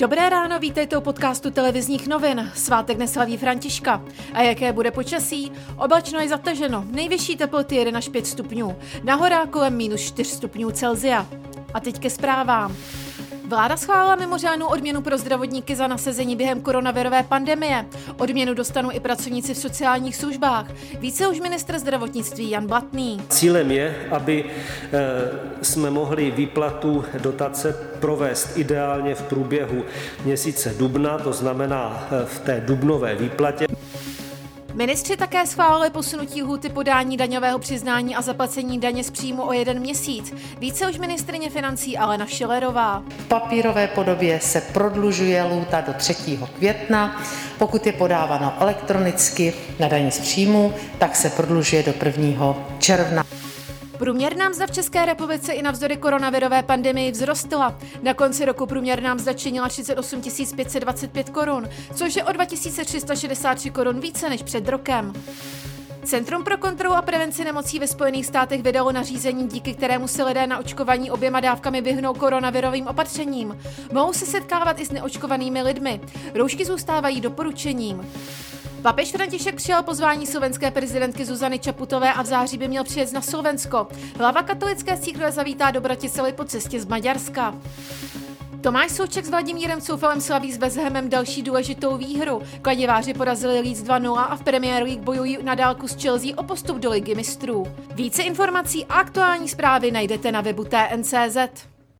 Dobré ráno, vítejte u podcastu televizních novin. Svátek neslaví Františka. A jaké bude počasí? Oblačno je zataženo. Nejvyšší teploty 1 až 5 stupňů. Na horách kolem -4 stupňů Celsia. A teď ke zprávám. Vláda schválila mimořádnou odměnu pro zdravotníky za nasazení během koronavirové pandemie. Odměnu dostanou i pracovníci v sociálních službách. Více už ministr zdravotnictví Jan Blatný. Cílem je, aby jsme mohli výplatu dotace provést ideálně v průběhu měsíce dubna, to znamená v té dubnové výplatě. Ministři také schválili posunutí lhůty podání daňového přiznání a zaplacení daně z příjmu o 1 měsíc. Více už ministryně financí Alena Schillerová. V papírové podobě se prodlužuje lhůta do 3. května. Pokud je podáváno elektronicky na daň z příjmu, tak se prodlužuje do 1. června. Průměrná mzda v České republice i navzdory koronavirové pandemii vzrostla. Na konci roku průměrná mzda činila 38 525 korun, což je o 2363 korun více než před rokem. Centrum pro kontrolu a prevenci nemocí ve Spojených státech vydalo nařízení, díky kterému se lidé na očkování oběma dávkami vyhnou koronavirovým opatřením. Mohou se setkávat i s neočkovanými lidmi. Roušky zůstávají doporučením. Papež František přijal pozvání slovenské prezidentky Zuzany Čaputové a v září by měl přijet na Slovensko. Hlava katolické církve zavítá do Bratislavy po cestě z Maďarska. Tomáš Souček s Vladimírem Coufalem slaví s West Hamem další důležitou výhru. Kladiváři porazili Leeds 2-0 a v Premier League bojují na dálku s Chelsea o postup do Ligy mistrů. Více informací a aktuální zprávy najdete na webu TN.cz.